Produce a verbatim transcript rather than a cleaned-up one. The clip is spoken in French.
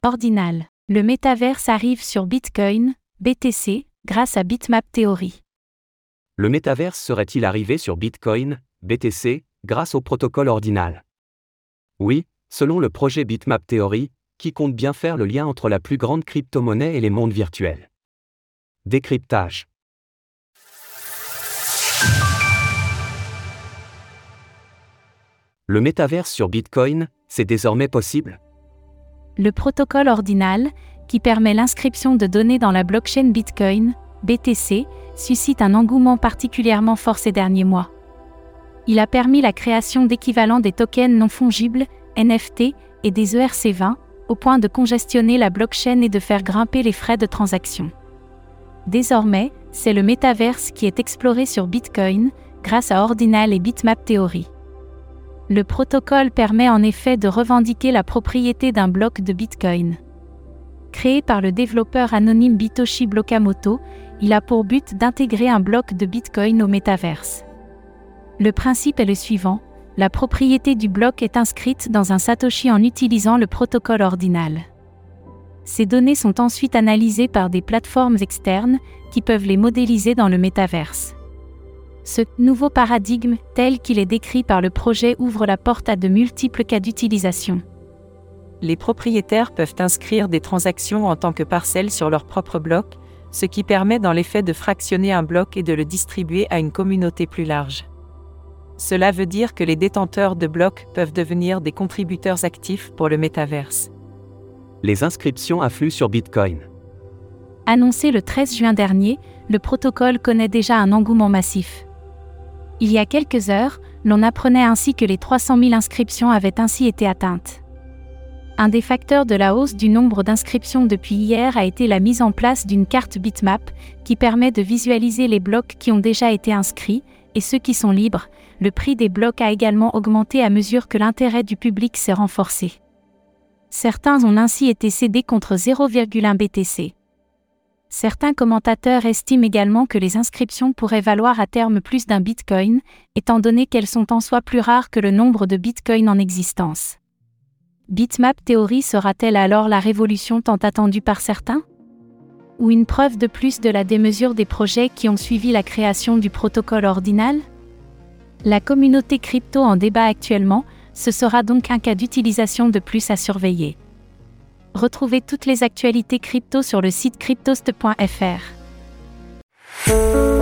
Ordinal. Le métaverse arrive sur Bitcoin, B T C, grâce à Bitmap Theory. Le métaverse serait-il arrivé sur Bitcoin, B T C, grâce au protocole Ordinal? Oui, selon le projet Bitmap Theory, qui compte bien faire le lien entre la plus grande crypto-monnaie et les mondes virtuels. Décryptage. Le métaverse sur Bitcoin, c'est désormais possible? Le protocole Ordinal, qui permet l'inscription de données dans la blockchain Bitcoin, B T C, suscite un engouement particulièrement fort ces derniers mois. Il a permis la création d'équivalents des tokens non fongibles, N F T, et des E R C vingt, au point de congestionner la blockchain et de faire grimper les frais de transaction. Désormais, c'est le métaverse qui est exploré sur Bitcoin, grâce à Ordinal et Bitmap Theory. Le protocole permet en effet de revendiquer la propriété d'un bloc de Bitcoin. Créé par le développeur anonyme Bitoshi Blokamoto, il a pour but d'intégrer un bloc de Bitcoin au métaverse. Le principe est le suivant, la propriété du bloc est inscrite dans un Satoshi en utilisant le protocole Ordinal. Ces données sont ensuite analysées par des plateformes externes qui peuvent les modéliser dans le métaverse. Ce nouveau paradigme, tel qu'il est décrit par le projet, ouvre la porte à de multiples cas d'utilisation. Les propriétaires peuvent inscrire des transactions en tant que parcelles sur leur propre bloc, ce qui permet dans les faits de fractionner un bloc et de le distribuer à une communauté plus large. Cela veut dire que les détenteurs de blocs peuvent devenir des contributeurs actifs pour le métaverse. Les inscriptions affluent sur Bitcoin. Annoncé le treize juin dernier, le protocole connaît déjà un engouement massif. Il y a quelques heures, l'on apprenait ainsi que les trois cent mille inscriptions avaient ainsi été atteintes. Un des facteurs de la hausse du nombre d'inscriptions depuis hier a été la mise en place d'une carte Bitmap, qui permet de visualiser les blocs qui ont déjà été inscrits, et ceux qui sont libres. Le prix des blocs a également augmenté à mesure que l'intérêt du public s'est renforcé. Certains ont ainsi été cédés contre zéro virgule un B T C. Certains commentateurs estiment également que les inscriptions pourraient valoir à terme plus d'un Bitcoin, étant donné qu'elles sont en soi plus rares que le nombre de Bitcoins en existence. Bitmap Theory sera-t-elle alors la révolution tant attendue par certains? Ou une preuve de plus de la démesure des projets qui ont suivi la création du protocole Ordinal? La communauté crypto en débat actuellement, ce sera donc un cas d'utilisation de plus à surveiller. Retrouvez toutes les actualités crypto sur le site cryptost point F R.